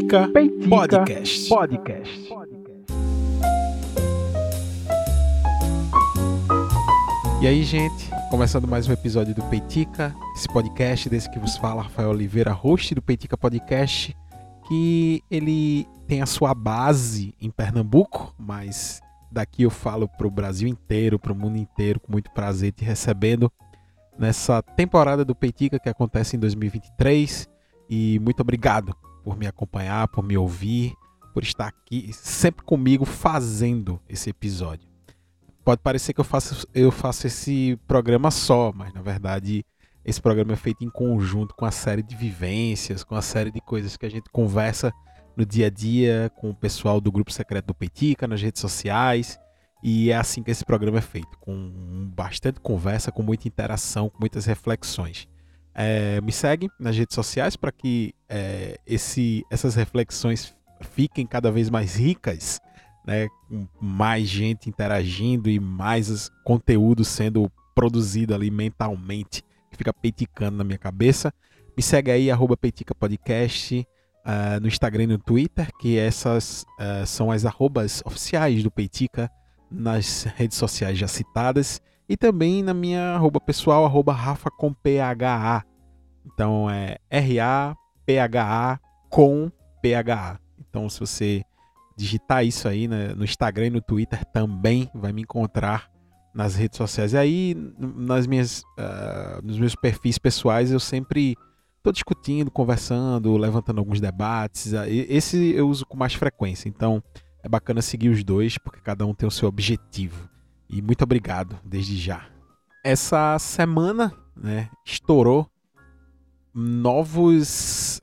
Peitica Podcast. E aí, gente, começando mais um episódio do Peitica, esse podcast desse que vos fala Rafael Oliveira, host do Peitica Podcast, que ele tem a sua base em Pernambuco, mas daqui eu falo para o Brasil inteiro, para o mundo inteiro, com muito prazer te recebendo nessa temporada do Peitica que acontece em 2023. E muito obrigado por me acompanhar, por me ouvir, por estar aqui sempre comigo fazendo esse episódio. Pode parecer que eu faço esse programa só, mas na verdade esse programa é feito em conjunto com a série de vivências, com a série de coisas que a gente conversa no dia a dia com o pessoal do grupo secreto do Peitica, nas redes sociais. E é assim que esse programa é feito, com bastante conversa, com muita interação, com muitas reflexões. Me segue nas redes sociais para que essas reflexões fiquem cada vez mais ricas, né? Com mais gente interagindo e mais conteúdo sendo produzido ali mentalmente, que fica peiticando na minha cabeça. Me segue aí, @peiticapodcast, no Instagram e no Twitter, que essas são as arrobas oficiais do Peitica nas redes sociais já citadas, e também na minha arroba pessoal, @Rafa com PHA. Então é RAPHA com PHA. Então se você digitar isso aí, né, no Instagram e no Twitter, também vai me encontrar nas redes sociais. E aí nos meus perfis pessoais eu sempre estou discutindo, conversando, levantando alguns debates. Esse eu uso com mais frequência, então é bacana seguir os dois, porque cada um tem o seu objetivo. E muito obrigado desde já. Essa semana, né, estourou novos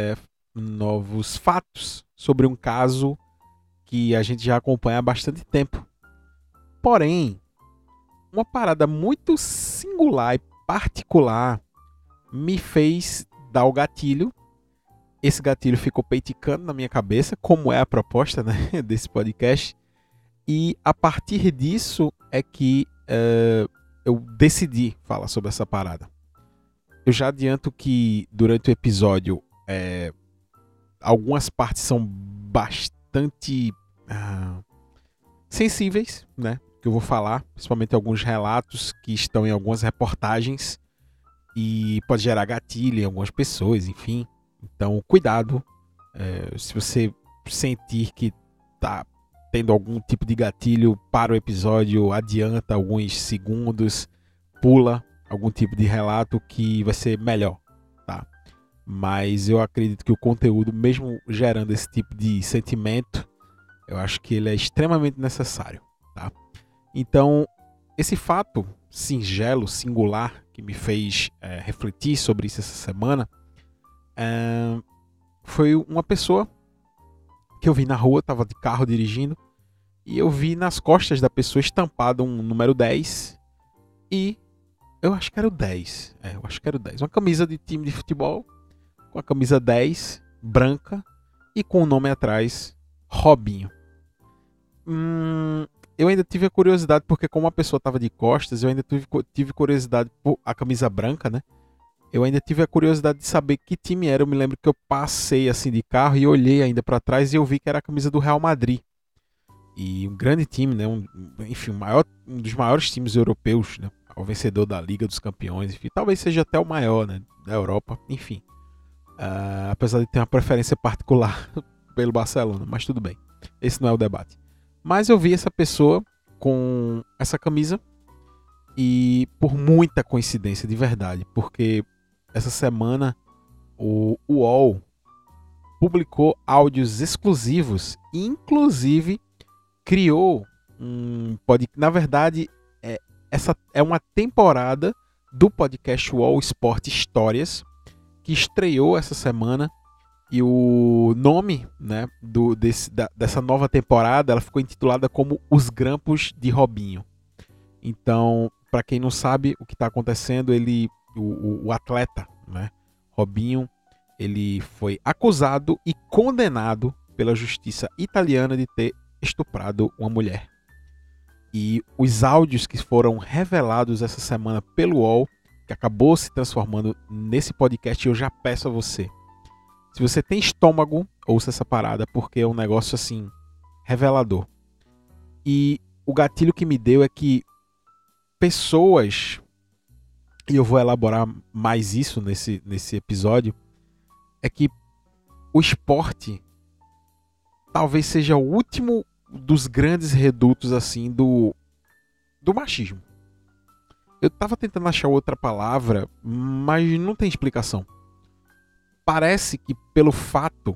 fatos sobre um caso que a gente já acompanha há bastante tempo. Porém, uma parada muito singular e particular me fez dar o gatilho. Esse gatilho ficou peiticando na minha cabeça, como é a proposta, né, desse podcast. E a partir disso é que eu decidi falar sobre essa parada. Eu já adianto que durante o episódio algumas partes são bastante sensíveis, né, que eu vou falar, principalmente alguns relatos que estão em algumas reportagens e pode gerar gatilho em algumas pessoas, enfim. Então, cuidado, se você sentir que está tendo algum tipo de gatilho para o episódio, adianta alguns segundos, pula algum tipo de relato que vai ser melhor, tá? Mas eu acredito que o conteúdo, mesmo gerando esse tipo de sentimento, eu acho que ele é extremamente necessário, tá? Então, esse fato singelo, singular, que me fez refletir sobre isso essa semana, foi uma pessoa que eu vi na rua, estava de carro dirigindo, e eu vi nas costas da pessoa estampado um número 10, e eu acho que era o 10, uma camisa de time de futebol, com a camisa 10, branca, e com o nome atrás, Robinho. Eu ainda tive a curiosidade, porque como a pessoa estava de costas, eu ainda tive curiosidade por a camisa branca, né? Eu ainda tive a curiosidade de saber que time era. Eu me lembro que eu passei assim de carro e olhei ainda para trás e eu vi que era a camisa do Real Madrid. E um grande time, né? Um dos maiores times europeus, né? O vencedor da Liga dos Campeões, enfim, talvez seja até o maior, né, da Europa, enfim. Apesar de ter uma preferência particular pelo Barcelona, mas tudo bem. Esse não é o debate. Mas eu vi essa pessoa com essa camisa e por muita coincidência, de verdade, porque essa semana o UOL publicou áudios exclusivos e inclusive criou um podcast. Na verdade, essa é uma temporada do podcast UOL Esporte Histórias que estreou essa semana. E o nome, né, dessa nova temporada, ela ficou intitulada como Os Grampos de Robinho. Então, para quem não sabe o que está acontecendo, o atleta, né, Robinho, ele foi acusado e condenado pela justiça italiana de ter estuprado uma mulher. E os áudios que foram revelados essa semana pelo UOL, que acabou se transformando nesse podcast, eu já peço a você, Se você tem estômago, ouça essa parada, porque é um negócio assim, revelador. E o gatilho que me deu é que pessoas, e eu vou elaborar mais isso nesse episódio, é que o esporte talvez seja o último dos grandes redutos assim do machismo. Eu tava tentando achar outra palavra, mas não tem explicação. Parece que pelo fato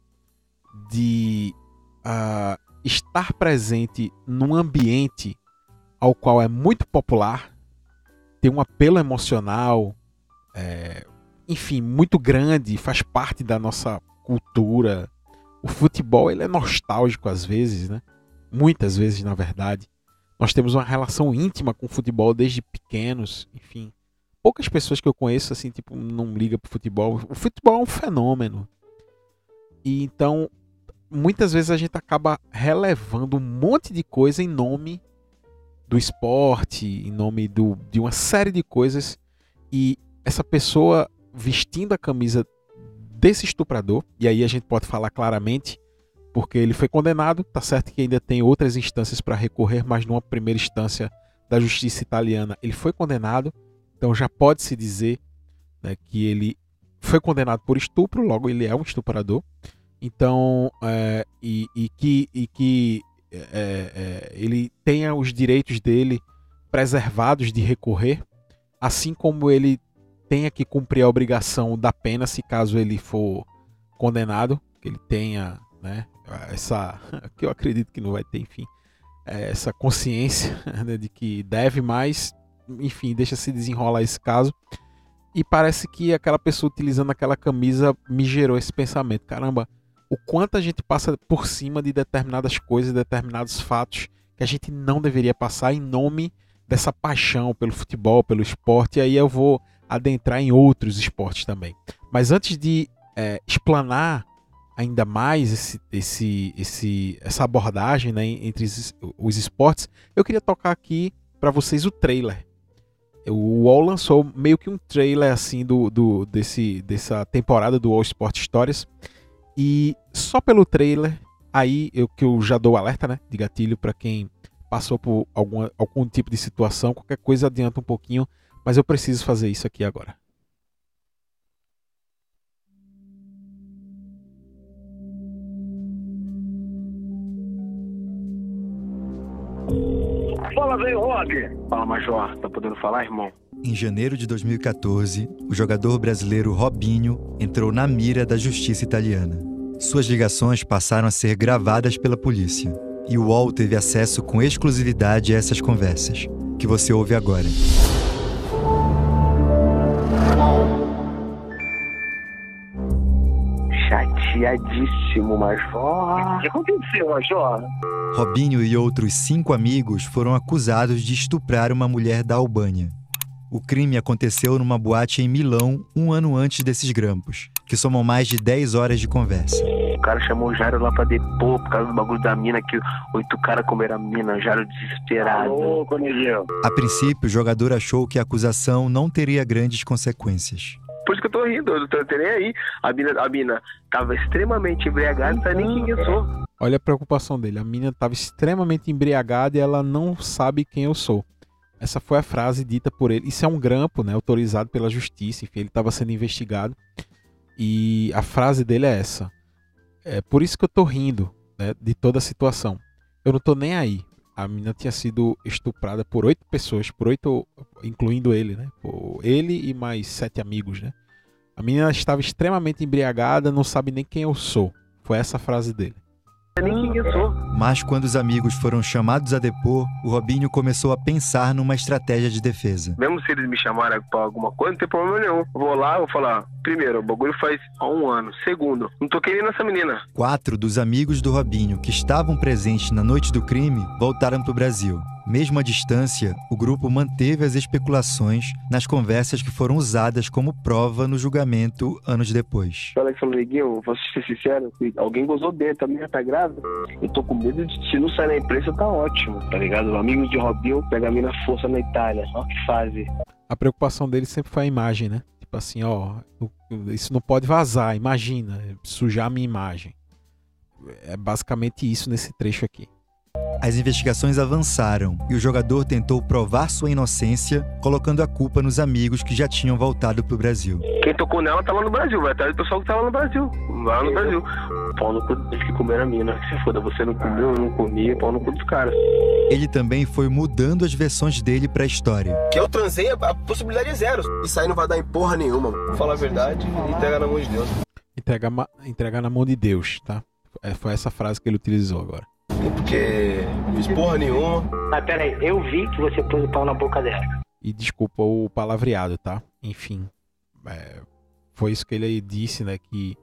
de estar presente num ambiente ao qual é muito popular, tem um apelo emocional, enfim, muito grande, faz parte da nossa cultura. O futebol ele é nostálgico às vezes, né? Muitas vezes, na verdade. Nós temos uma relação íntima com o futebol desde pequenos, enfim. Poucas pessoas que eu conheço assim, tipo, não ligam pro futebol. O futebol é um fenômeno. E então, muitas vezes a gente acaba relevando um monte de coisa em nome do esporte, em nome de uma série de coisas. E essa pessoa vestindo a camisa desse estuprador, e aí a gente pode falar claramente, porque ele foi condenado, tá certo que ainda tem outras instâncias para recorrer, mas numa primeira instância da justiça italiana ele foi condenado, então já pode-se dizer, né, que ele foi condenado por estupro, logo ele é um estuprador, então que ele tenha os direitos dele preservados de recorrer, assim como ele tenha que cumprir a obrigação da pena se caso ele for condenado, que ele tenha, né, essa, que eu acredito que não vai ter, enfim, essa consciência, né, de que deve, mas enfim, deixa se desenrolar esse caso. E parece que aquela pessoa utilizando aquela camisa me gerou esse pensamento, caramba, o quanto a gente passa por cima de determinadas coisas, determinados fatos que a gente não deveria passar em nome dessa paixão pelo futebol, pelo esporte. E aí eu vou adentrar em outros esportes também. Mas antes de explanar ainda mais essa abordagem, né, entre os esportes, eu queria tocar aqui para vocês o trailer. O UOL lançou meio que um trailer assim dessa temporada do UOL Sport Stories. E só pelo trailer, aí que eu já dou alerta, né, de gatilho para quem passou por algum tipo de situação, qualquer coisa adianta um pouquinho, mas eu preciso fazer isso aqui agora. Fala, velho Rob. Fala, Major. Tá podendo falar, irmão? Em janeiro de 2014, o jogador brasileiro Robinho entrou na mira da justiça italiana. Suas ligações passaram a ser gravadas pela polícia. E o UOL teve acesso com exclusividade a essas conversas, que você ouve agora. Chateadíssimo, Major. O que aconteceu, Major? Robinho e outros 5 amigos foram acusados de estuprar uma mulher da Albânia. O crime aconteceu numa boate em Milão, 1 ano antes desses grampos, que somam mais de 10 horas de conversa. O cara chamou o Jairo lá pra depor por causa do bagulho da mina, que 8 caras comeram a mina, o Jairo desesperado. Ô, Cornelio. A princípio, o jogador achou que a acusação não teria grandes consequências. Por isso que eu tô rindo, eu não tô nem aí. A mina tava extremamente embriagada, não sabe nem quem eu sou. Olha a preocupação dele, a mina tava extremamente embriagada e ela não sabe quem eu sou. Essa foi a frase dita por ele. Isso é um grampo, né, autorizado pela justiça, enfim, ele estava sendo investigado. E a frase dele é essa. É por isso que eu tô rindo, né, de toda a situação. Eu não tô nem aí. A menina tinha sido estuprada por 8 pessoas, por 8, incluindo ele, né? Por ele e mais 7 amigos, né? A menina estava extremamente embriagada, não sabe nem quem eu sou. Foi essa a frase dele. Nem quem eu sou. Mas quando os amigos foram chamados a depor, o Robinho começou a pensar numa estratégia de defesa. Mesmo se eles me chamarem pra alguma coisa, não tem problema nenhum. Vou lá, vou falar, primeiro, o bagulho faz há 1 ano. Segundo, não tô querendo essa menina. 4 dos amigos do Robinho que estavam presentes na noite do crime voltaram pro Brasil. Mesmo à distância, o grupo manteve as especulações nas conversas que foram usadas como prova no julgamento anos depois. O Alex falou, Neguinho, vou ser sincero, alguém gozou dele, tá minha tá grávida. Eu tô com medo de, se não sair na imprensa, tá ótimo, tá ligado? Amigos de Robinho pegam a mina força na Itália, olha que fase. A preocupação dele sempre foi a imagem, né? tipo assim, ó, isso não pode vazar, imagina, sujar a minha imagem. É basicamente isso nesse trecho aqui. As investigações avançaram e o jogador tentou provar sua inocência, colocando a culpa nos amigos que já tinham voltado pro Brasil. Quem tocou nela tá lá no Brasil, vai atrás do pessoal que tá lá no Brasil. Lá no Brasil. Pau no cu deles que comeram a mina. Se foda, você não comeu, eu não comi, pau no cu dos caras. Ele também foi mudando as versões dele pra história. Que eu transei, a possibilidade é zero. Isso aí não vai dar em porra nenhuma. Vou falar a verdade e entregar na mão de Deus. Entregar na mão de Deus, tá? Foi essa frase que ele utilizou agora. Porque fiz porra nenhuma. Mas peraí, eu vi que você pôs o pau na boca dela. E desculpa o palavreado, tá? Enfim, foi isso que ele disse, né? Que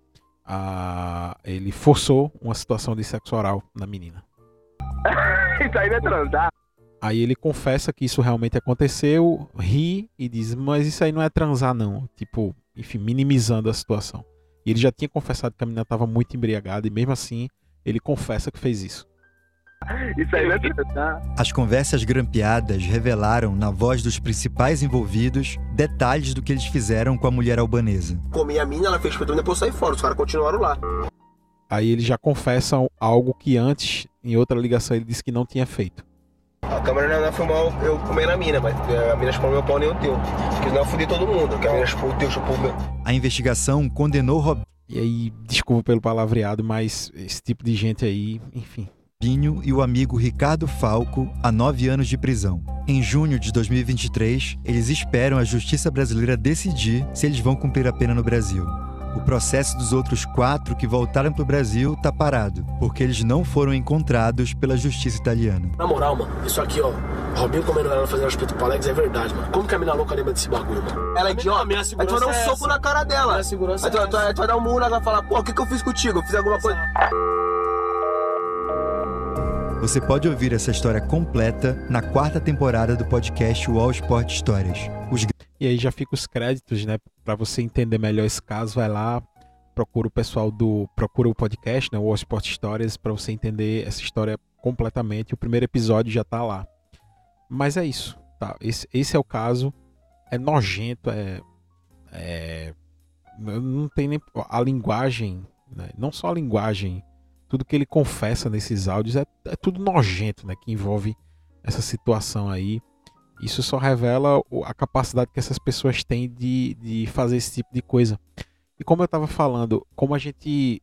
ele forçou uma situação de sexo oral na menina. Isso aí não é transar. Aí ele confessa que isso realmente aconteceu, ri e diz, mas isso aí não é transar não. Tipo, enfim, minimizando a situação. E ele já tinha confessado que a menina estava muito embriagada e mesmo assim ele confessa que fez isso. Isso aí não é transar. As conversas grampeadas revelaram, na voz dos principais envolvidos, detalhes do que eles fizeram com a mulher albanesa. Comi a mina, ela fez pra mim, depois saí fora. Os caras continuaram lá. Aí ele já confessa algo que antes, em outra ligação, ele disse que não tinha feito. A câmera não filmou eu comendo a mina, mas a mina chupou meu pau nem o teu. Porque senão eu fudi todo mundo, porque a mina chupou o teu, chupou o meu. A investigação condenou E aí, desculpa pelo palavreado, mas esse tipo de gente aí, enfim. Robinho e o amigo Ricardo Falco a 9 anos de prisão. Em junho de 2023, eles esperam a justiça brasileira decidir se eles vão cumprir a pena no Brasil. O processo dos outros 4 que voltaram pro Brasil tá parado, porque eles não foram encontrados pela justiça italiana. Na moral, mano, isso aqui, ó, Robinho comendo ela fazendo respeito pro Alex é verdade, mano. Como que a mina louca lembra desse bagulho, mano? Ela é idiota, aí tu vai dar um soco na cara dela. Aí tu vai dar um murro nela e vai falar, pô, o que eu fiz contigo? Eu fiz alguma coisa. Você pode ouvir essa história completa na 4ª temporada do podcast All Sport Histórias. E aí já fica os créditos, né? Pra você entender melhor esse caso, vai lá, procura o podcast, né? O All Sport Histórias, pra você entender essa história completamente. O primeiro episódio já tá lá. Mas é isso, tá? Esse é o caso. É nojento, não tem nem a linguagem, né? Não só a linguagem. Tudo que ele confessa nesses áudios é tudo nojento, né? Que envolve essa situação aí. Isso só revela a capacidade que essas pessoas têm de fazer esse tipo de coisa. E como eu estava falando, como a gente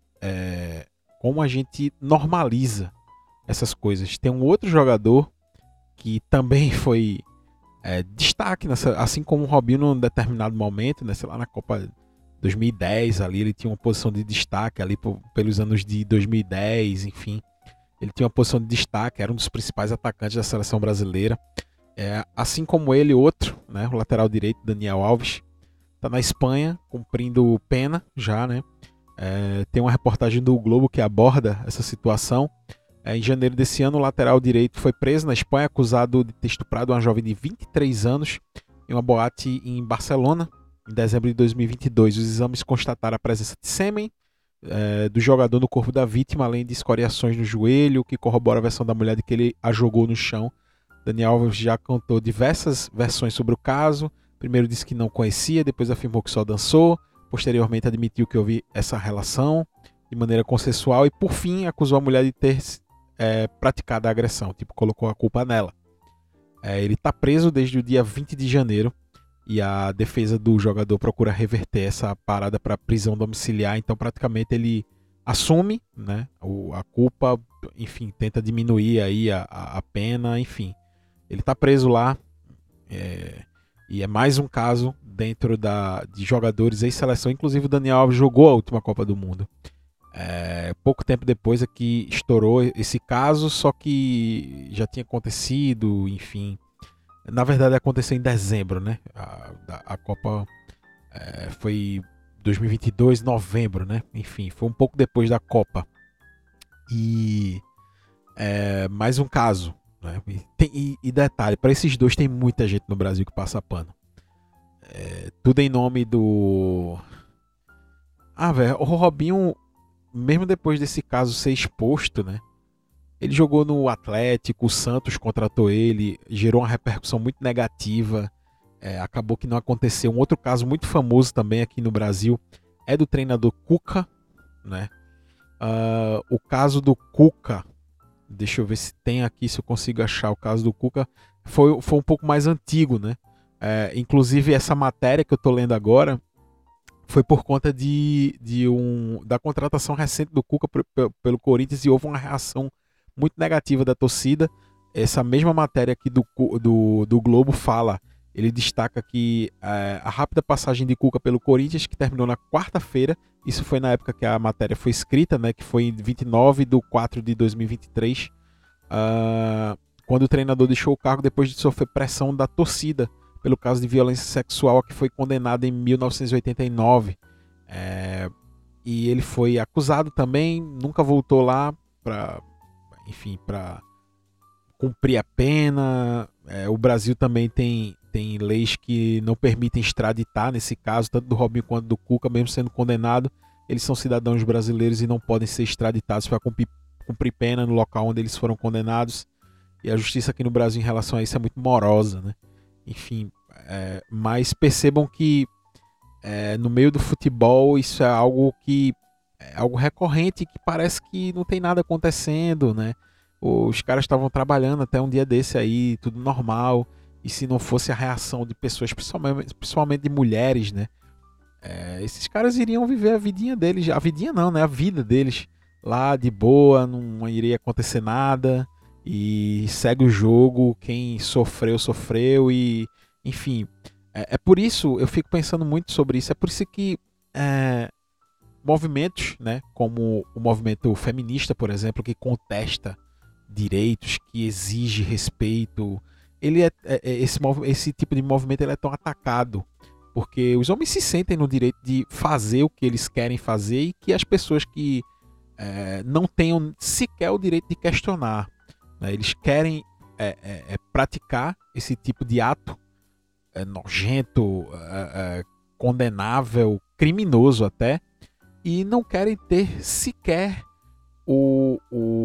normaliza essas coisas. Tem um outro jogador que também foi destaque, assim como o Robinho num determinado momento, né? Sei lá, na Copa 2010 ali, ele tinha uma posição de destaque ali pelos anos de 2010, enfim. Ele tinha uma posição de destaque, era um dos principais atacantes da seleção brasileira. Assim como ele, outro, né, o lateral direito, Daniel Alves, está na Espanha, cumprindo pena já, né? Tem uma reportagem do Globo que aborda essa situação. Em janeiro desse ano, o lateral direito foi preso na Espanha, acusado de ter estuprado uma jovem de 23 anos em uma boate em Barcelona. Em dezembro de 2022, os exames constataram a presença de sêmen do jogador no corpo da vítima, além de escoriações no joelho, que corrobora a versão da mulher de que ele a jogou no chão. Daniel Alves já contou diversas versões sobre o caso. Primeiro disse que não conhecia, depois afirmou que só dançou. Posteriormente admitiu que houve essa relação de maneira consensual e, por fim, acusou a mulher de ter praticado a agressão, colocou a culpa nela. Ele está preso desde o dia 20 de janeiro. E a defesa do jogador procura reverter essa parada para prisão domiciliar. Então, praticamente, ele assume, né, a culpa, enfim, tenta diminuir aí a pena, enfim. Ele está preso lá. E é mais um caso dentro de jogadores ex-seleção. Inclusive, o Daniel Alves jogou a última Copa do Mundo. Pouco tempo depois é que estourou esse caso, só que já tinha acontecido, enfim. Na verdade, aconteceu em dezembro, né? A Copa foi 2022, novembro, né? Enfim, foi um pouco depois da Copa. E mais um caso, né? E detalhe, para esses dois tem muita gente no Brasil que passa pano. Tudo em nome do... velho, o Robinho, mesmo depois desse caso ser exposto, né? Ele jogou no Atlético, o Santos contratou ele, gerou uma repercussão muito negativa. acabou que não aconteceu. Um outro caso muito famoso também aqui no Brasil é do treinador Cuca, né? O caso do Cuca, deixa eu ver se tem aqui, se eu consigo achar o caso do Cuca, foi um pouco mais antigo, né? Inclusive essa matéria que eu tô lendo agora foi por conta da contratação recente do Cuca pelo Corinthians, e houve uma reação muito negativa da torcida. Essa mesma matéria aqui do Globo fala, ele destaca que a rápida passagem de Cuca pelo Corinthians, que terminou na quarta-feira, isso foi na época que a matéria foi escrita, né, que foi em 29/4/2023, quando o treinador deixou o cargo depois de sofrer pressão da torcida pelo caso de violência sexual que foi condenado em 1989. E ele foi acusado também, nunca voltou lá para cumprir a pena. O Brasil também tem leis que não permitem extraditar, nesse caso, tanto do Robinho quanto do Cuca, mesmo sendo condenado, eles são cidadãos brasileiros e não podem ser extraditados para cumprir pena no local onde eles foram condenados. E a justiça aqui no Brasil em relação a isso é muito morosa, né? Enfim, mas percebam que no meio do futebol isso é algo recorrente, que parece que não tem nada acontecendo, né? Os caras estavam trabalhando até um dia desse aí, tudo normal, e se não fosse a reação de pessoas, principalmente de mulheres, né? Esses caras iriam viver a vidinha deles, a vidinha não, né? A vida deles lá de boa, não iria acontecer nada, e segue o jogo, quem sofreu, e enfim, por isso eu fico pensando muito sobre isso. É por isso que movimentos, né, como o movimento feminista, por exemplo, que contesta direitos, que exige respeito, esse tipo de movimento ele é tão atacado porque os homens se sentem no direito de fazer o que eles querem fazer, e que as pessoas que não tenham sequer o direito de questionar, né? Eles querem praticar esse tipo de ato nojento, condenável, criminoso até, e não querem ter sequer o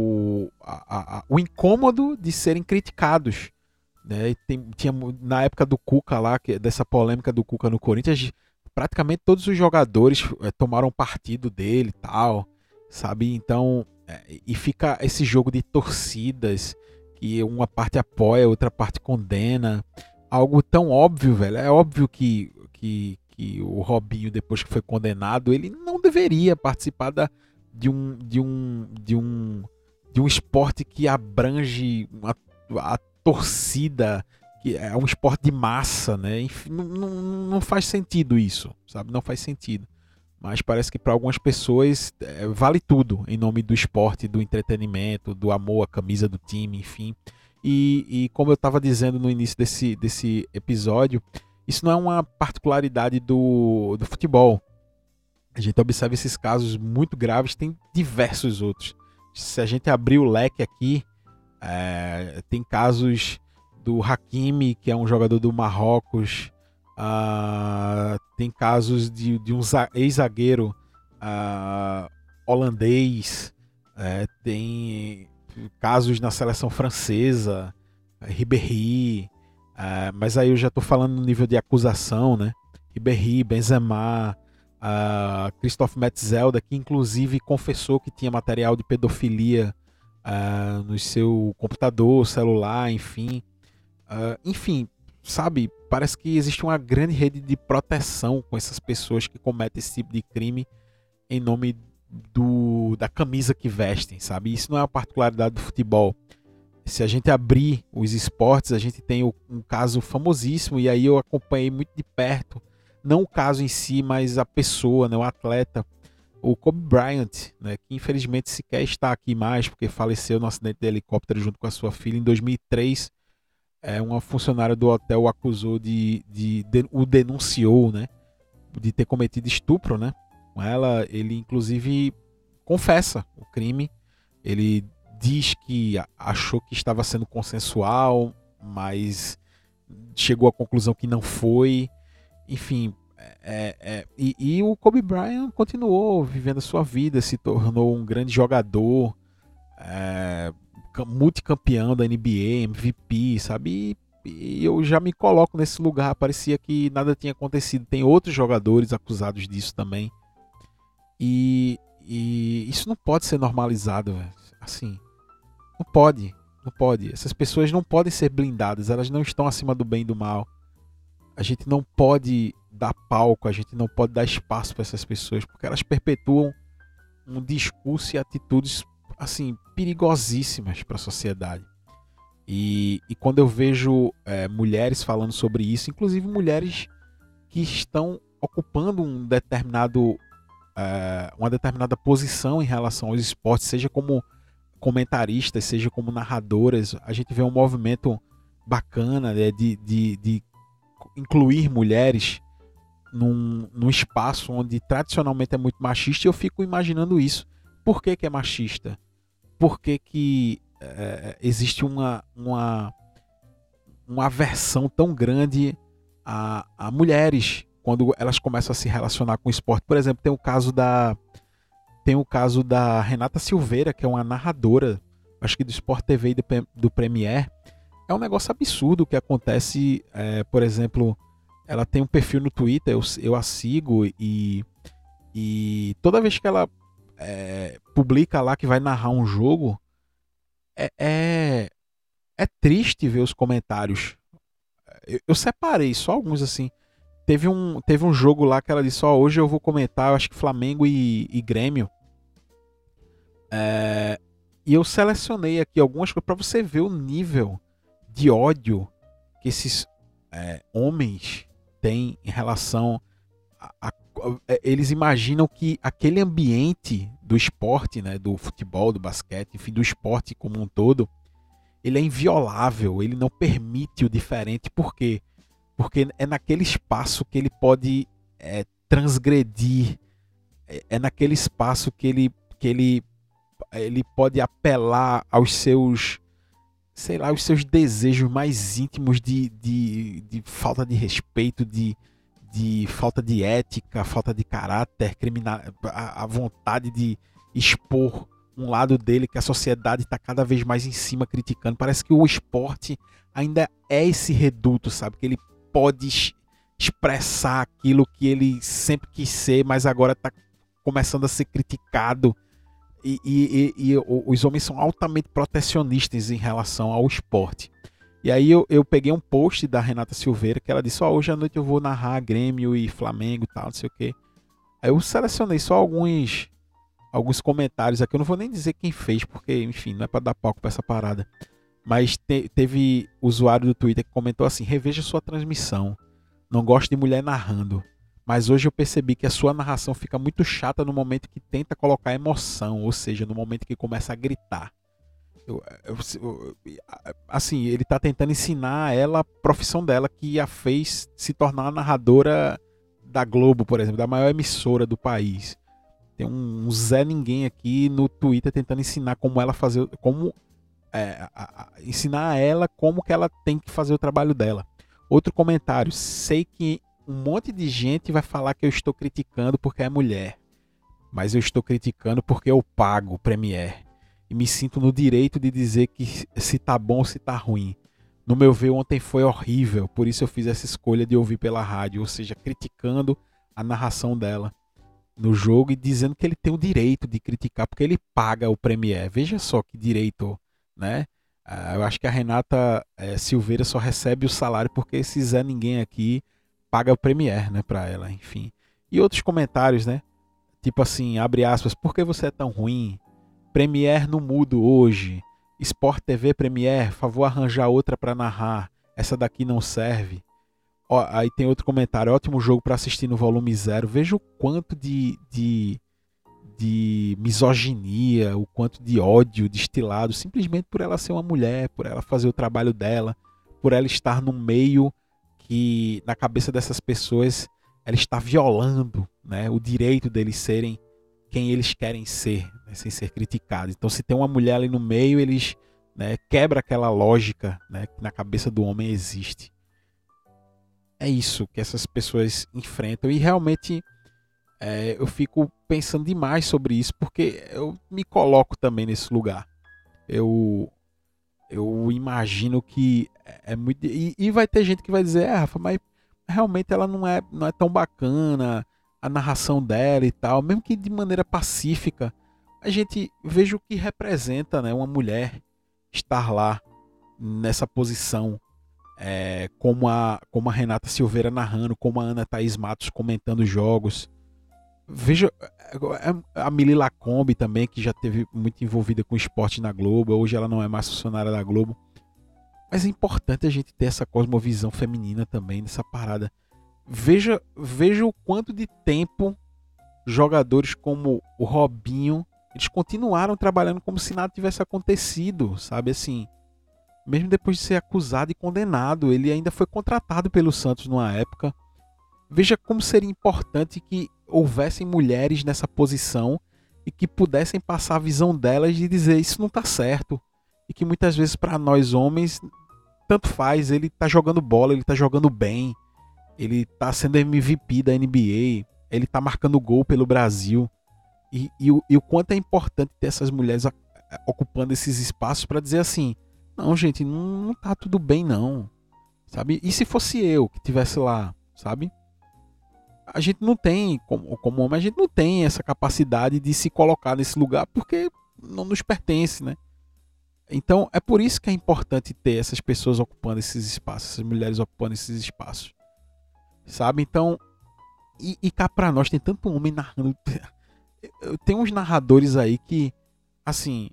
incômodo de serem criticados, né? Tinha, na época do Cuca lá, dessa polêmica do Cuca no Corinthians, praticamente todos os jogadores tomaram partido dele e tal, sabe? Então, e fica esse jogo de torcidas, que uma parte apoia, outra parte condena, algo tão óbvio, velho. É óbvio que o Robinho, depois que foi condenado, ele não deveria participar de um esporte que abrange a torcida, que é um esporte de massa, né? Enfim, não faz sentido isso, sabe? Não faz sentido. Mas parece que para algumas pessoas vale tudo em nome do esporte, do entretenimento, do amor à camisa do time, enfim. E como eu estava dizendo no início desse episódio, isso não é uma particularidade do futebol. A gente observa esses casos muito graves, tem diversos outros. Se a gente abrir o leque aqui, tem casos do Hakimi, que é um jogador do Marrocos, tem casos de um ex-zagueiro holandês, tem casos na seleção francesa, Ribéry, mas aí eu já estou falando no nível de acusação, né? Ribéry, Benzema, Christophe Metzelder, que inclusive confessou que tinha material de pedofilia no seu computador, celular, enfim. Enfim, sabe, parece que existe uma grande rede de proteção com essas pessoas que cometem esse tipo de crime em nome da camisa que vestem, sabe? Isso não é uma particularidade do futebol. Se a gente abrir os esportes, a gente tem um caso famosíssimo, e aí eu acompanhei muito de perto, não o caso em si, mas a pessoa, né, o atleta, o Kobe Bryant, né, que infelizmente sequer está aqui mais, porque faleceu no acidente de helicóptero junto com a sua filha em 2003. Uma funcionária do hotel o acusou o denunciou, né, de ter cometido estupro, né, com ela. Ele inclusive confessa o crime. Ele diz que achou que estava sendo consensual, mas chegou à conclusão que não foi. Enfim, e o Kobe Bryant continuou vivendo a sua vida, se tornou um grande jogador, multicampeão da NBA, MVP, sabe? E eu já me coloco nesse lugar, parecia que nada tinha acontecido. Tem outros jogadores acusados disso também. E isso não pode ser normalizado, véio. Assim, não pode. Essas pessoas não podem ser blindadas, elas não estão acima do bem e do mal. A gente não pode dar palco, a gente não pode dar espaço para essas pessoas, porque elas perpetuam um discurso e atitudes assim perigosíssimas para a sociedade. E quando eu vejo mulheres falando sobre isso, inclusive mulheres que estão ocupando uma determinada posição em relação aos esportes, seja como comentaristas, seja como narradoras, a gente vê um movimento bacana, né, de incluir mulheres num espaço onde tradicionalmente é muito machista, e eu fico imaginando isso. Por que é machista? Por que existe uma aversão tão grande a mulheres quando elas começam a se relacionar com o esporte? Por exemplo, tem o caso da Renata Silveira, que é uma narradora, acho que do Sport TV e do Premier. É um negócio absurdo o que acontece. Por exemplo, ela tem um perfil no Twitter, eu a sigo, e toda vez que ela publica lá que vai narrar um jogo, é triste ver os comentários. Eu separei só alguns assim. Teve um jogo lá que ela disse: hoje eu vou comentar, eu acho que Flamengo e Grêmio. E eu selecionei aqui algumas coisas para você ver o nível de ódio que esses homens têm em relação eles imaginam que aquele ambiente do esporte, né, do futebol, do basquete, enfim, do esporte como um todo, ele é inviolável, ele não permite o diferente. Por quê? Porque é naquele espaço que ele pode transgredir, é naquele espaço que ele pode apelar aos seus, sei lá, os seus desejos mais íntimos de falta de respeito, de falta de ética, falta de caráter, a vontade de expor um lado dele que a sociedade está cada vez mais em cima criticando. Parece que o esporte ainda é esse reduto, sabe? Que ele pode expressar aquilo que ele sempre quis ser, mas agora está começando a ser criticado. E os homens são altamente protecionistas em relação ao esporte. E aí eu peguei um post da Renata Silveira que ela disse: hoje à noite eu vou narrar Grêmio e Flamengo e tal, não sei o quê. Aí eu selecionei só alguns comentários aqui. Eu não vou nem dizer quem fez, porque, enfim, não é para dar palco para essa parada. Mas teve usuário do Twitter que comentou assim: reveja sua transmissão. Não gosto de mulher narrando. Mas hoje eu percebi que a sua narração fica muito chata no momento que tenta colocar emoção, ou seja, no momento que começa a gritar. Assim, ele está tentando ensinar a ela a profissão dela, que a fez se tornar uma narradora da Globo, por exemplo, da maior emissora do país. Tem um Zé Ninguém aqui no Twitter tentando ensinar como ela fazer, ensinar a ela como que ela tem que fazer o trabalho dela. Outro comentário: sei que um monte de gente vai falar que eu estou criticando porque é mulher, mas eu estou criticando porque eu pago o Premier e me sinto no direito de dizer que se tá bom ou se tá ruim. No meu ver, ontem foi horrível, por isso eu fiz essa escolha de ouvir pela rádio, ou seja, criticando a narração dela no jogo e dizendo que ele tem o direito de criticar porque ele paga o Premier. Veja só que direito, né? Eu acho que a Renata Silveira só recebe o salário porque esse Zé Ninguém aqui paga o Premier, né, pra ela, enfim. E outros comentários, né? Tipo assim, abre aspas: por que você é tão ruim? Premier no mudo hoje. Sport TV Premier, favor arranjar outra para narrar. Essa daqui não serve. Aí tem outro comentário: ótimo jogo para assistir no volume 0. Veja o quanto de misoginia, o quanto de ódio destilado, simplesmente por ela ser uma mulher, por ela fazer o trabalho dela, por ela estar num meio que, na cabeça dessas pessoas, ela está violando, né, o direito deles serem quem eles querem ser, né, sem ser criticados. Então, se tem uma mulher ali no meio, eles, né, quebra aquela lógica, né, que na cabeça do homem existe. É isso que essas pessoas enfrentam. E realmente eu fico pensando demais sobre isso, porque eu me coloco também nesse lugar. Eu Eu imagino que é muito. E vai ter gente que vai dizer, Rafa, mas realmente ela não é tão bacana, a narração dela e tal, mesmo que de maneira pacífica. A gente veja o que representa, né, uma mulher estar lá nessa posição, como a Renata Silveira narrando, como a Ana Thaís Matos comentando jogos. Veja a Mili Lacombe também, que já teve muito envolvida com esporte na Globo. Hoje ela não é mais funcionária da Globo. Mas é importante a gente ter essa cosmovisão feminina também nessa parada. Veja o quanto de tempo jogadores como o Robinho, eles continuaram trabalhando como se nada tivesse acontecido, sabe assim. Mesmo depois de ser acusado e condenado, ele ainda foi contratado pelo Santos numa época. Veja como seria importante que houvessem mulheres nessa posição e que pudessem passar a visão delas de dizer isso não tá certo. E que muitas vezes para nós homens, tanto faz, ele tá jogando bola, ele tá jogando bem, ele tá sendo MVP da NBA, ele tá marcando gol pelo Brasil. E o quanto é importante ter essas mulheres ocupando esses espaços para dizer assim, não gente, não tá tudo bem não, sabe? E se fosse eu que estivesse lá, sabe? A gente não tem, como homem, a gente não tem essa capacidade de se colocar nesse lugar porque não nos pertence, né? Então é por isso que é importante ter essas pessoas ocupando esses espaços, essas mulheres ocupando esses espaços, sabe? Então, e cá pra nós tem tanto homem narrando. Tem uns narradores aí que, assim,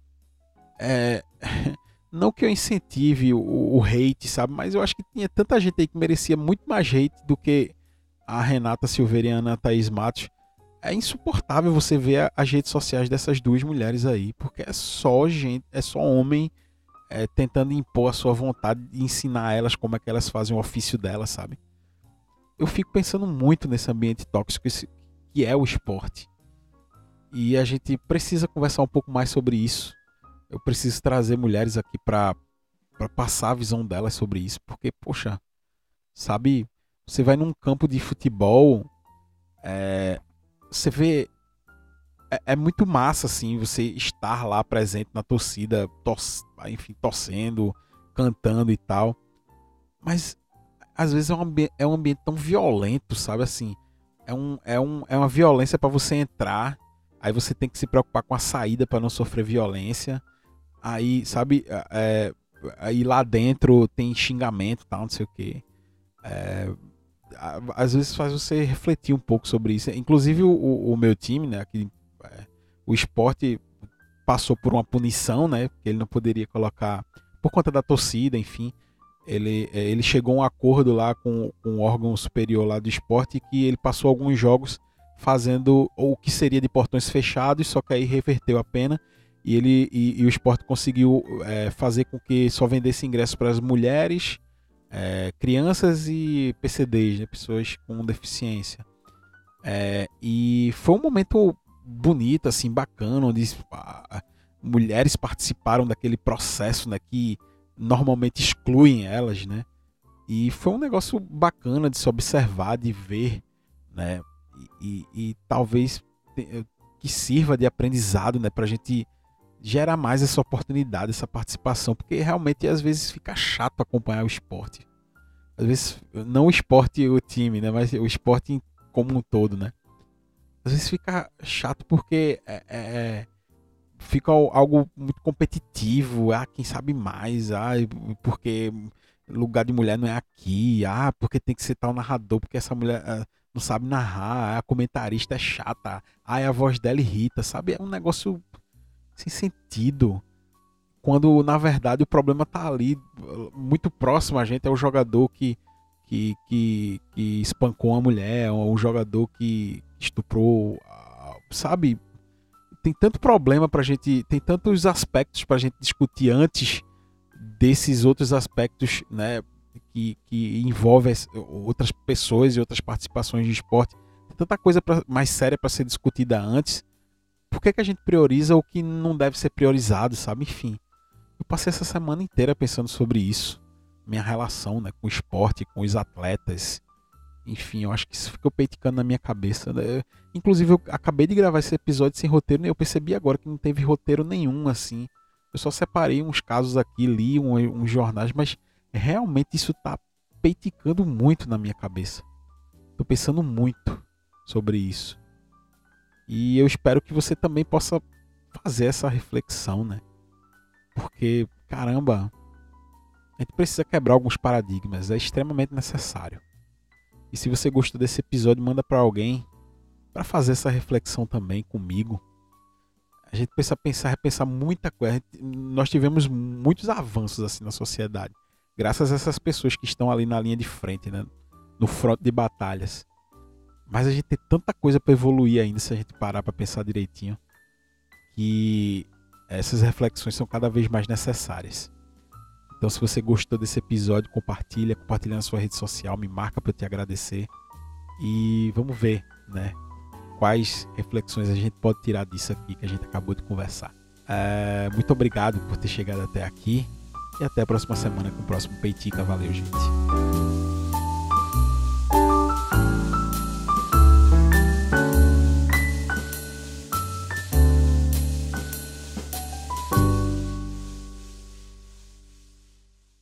não que eu incentive o hate, sabe? Mas eu acho que tinha tanta gente aí que merecia muito mais hate do que a Renata Silveira e a Ana Thaís Matos. É insuportável você ver as redes sociais dessas duas mulheres aí, porque é só gente, é só homem tentando impor a sua vontade e ensinar elas como é que elas fazem o ofício delas, sabe? Eu fico pensando muito nesse ambiente tóxico que é o esporte. E a gente precisa conversar um pouco mais sobre isso. Eu preciso trazer mulheres aqui para passar a visão delas sobre isso, porque, poxa, sabe, você vai num campo de futebol, você vê, é muito massa, assim, você estar lá presente na torcida, torcendo, cantando e tal, mas às vezes é um ambiente tão violento, sabe, assim, é uma violência para você entrar, aí você tem que se preocupar com a saída para não sofrer violência, aí, sabe, aí lá dentro tem xingamento e tal, não sei o que, às vezes faz você refletir um pouco sobre isso. Inclusive o meu time, né, aqui, o Sport passou por uma punição, né, que ele não poderia colocar por conta da torcida, enfim. Ele chegou a um acordo lá com o órgão superior lá do Sport que ele passou alguns jogos fazendo o que seria de portões fechados, só que aí reverteu a pena e o Sport conseguiu fazer com que só vendesse ingressos para as mulheres, crianças e PCDs, né, pessoas com deficiência. E foi um momento bonito, assim, bacana, onde mulheres participaram daquele processo, né, que normalmente excluem elas, né? E foi um negócio bacana de se observar, de ver, né? E talvez que sirva de aprendizado, né, pra gente gerar mais essa oportunidade, essa participação, porque realmente às vezes fica chato acompanhar o esporte. Às vezes, não o esporte e o time, né, mas o esporte como um todo, né? Às vezes fica chato porque fica algo muito competitivo, quem sabe mais, porque lugar de mulher não é aqui, porque tem que ser tal narrador, porque essa mulher não sabe narrar, a comentarista é chata, a voz dela irrita, sabe? É um negócio sem sentido, quando na verdade o problema tá ali, muito próximo a gente, é o jogador que espancou uma mulher, ou o jogador que estuprou, sabe? Tem tanto problema pra gente, tem tantos aspectos pra gente discutir antes desses outros aspectos, né, que envolvem outras pessoas e outras participações de esporte. Tem tanta coisa mais séria para ser discutida antes. Por que a gente prioriza o que não deve ser priorizado, sabe? Enfim, eu passei essa semana inteira pensando sobre isso, minha relação, né, com o esporte, com os atletas. Enfim, eu acho que isso ficou peiticando na minha cabeça. Inclusive, eu acabei de gravar esse episódio sem roteiro e eu percebi agora que não teve roteiro nenhum, assim. Eu só separei uns casos aqui, li uns jornais, mas realmente isso tá peiticando muito na minha cabeça. Tô pensando muito sobre isso. E eu espero que você também possa fazer essa reflexão, né? Porque, caramba, a gente precisa quebrar alguns paradigmas, é extremamente necessário. E se você gostou desse episódio, manda para alguém para fazer essa reflexão também comigo. A gente precisa repensar muita coisa. Nós tivemos muitos avanços assim na sociedade, graças a essas pessoas que estão ali na linha de frente, né? No front de batalhas. Mas a gente tem tanta coisa para evoluir ainda, se a gente parar para pensar direitinho, que essas reflexões são cada vez mais necessárias. Então, se você gostou desse episódio, compartilha na sua rede social, me marca para eu te agradecer. E vamos ver, né? Quais reflexões a gente pode tirar disso aqui que a gente acabou de conversar. Muito obrigado por ter chegado até aqui. E até a próxima semana com o próximo Peitica. Valeu, gente.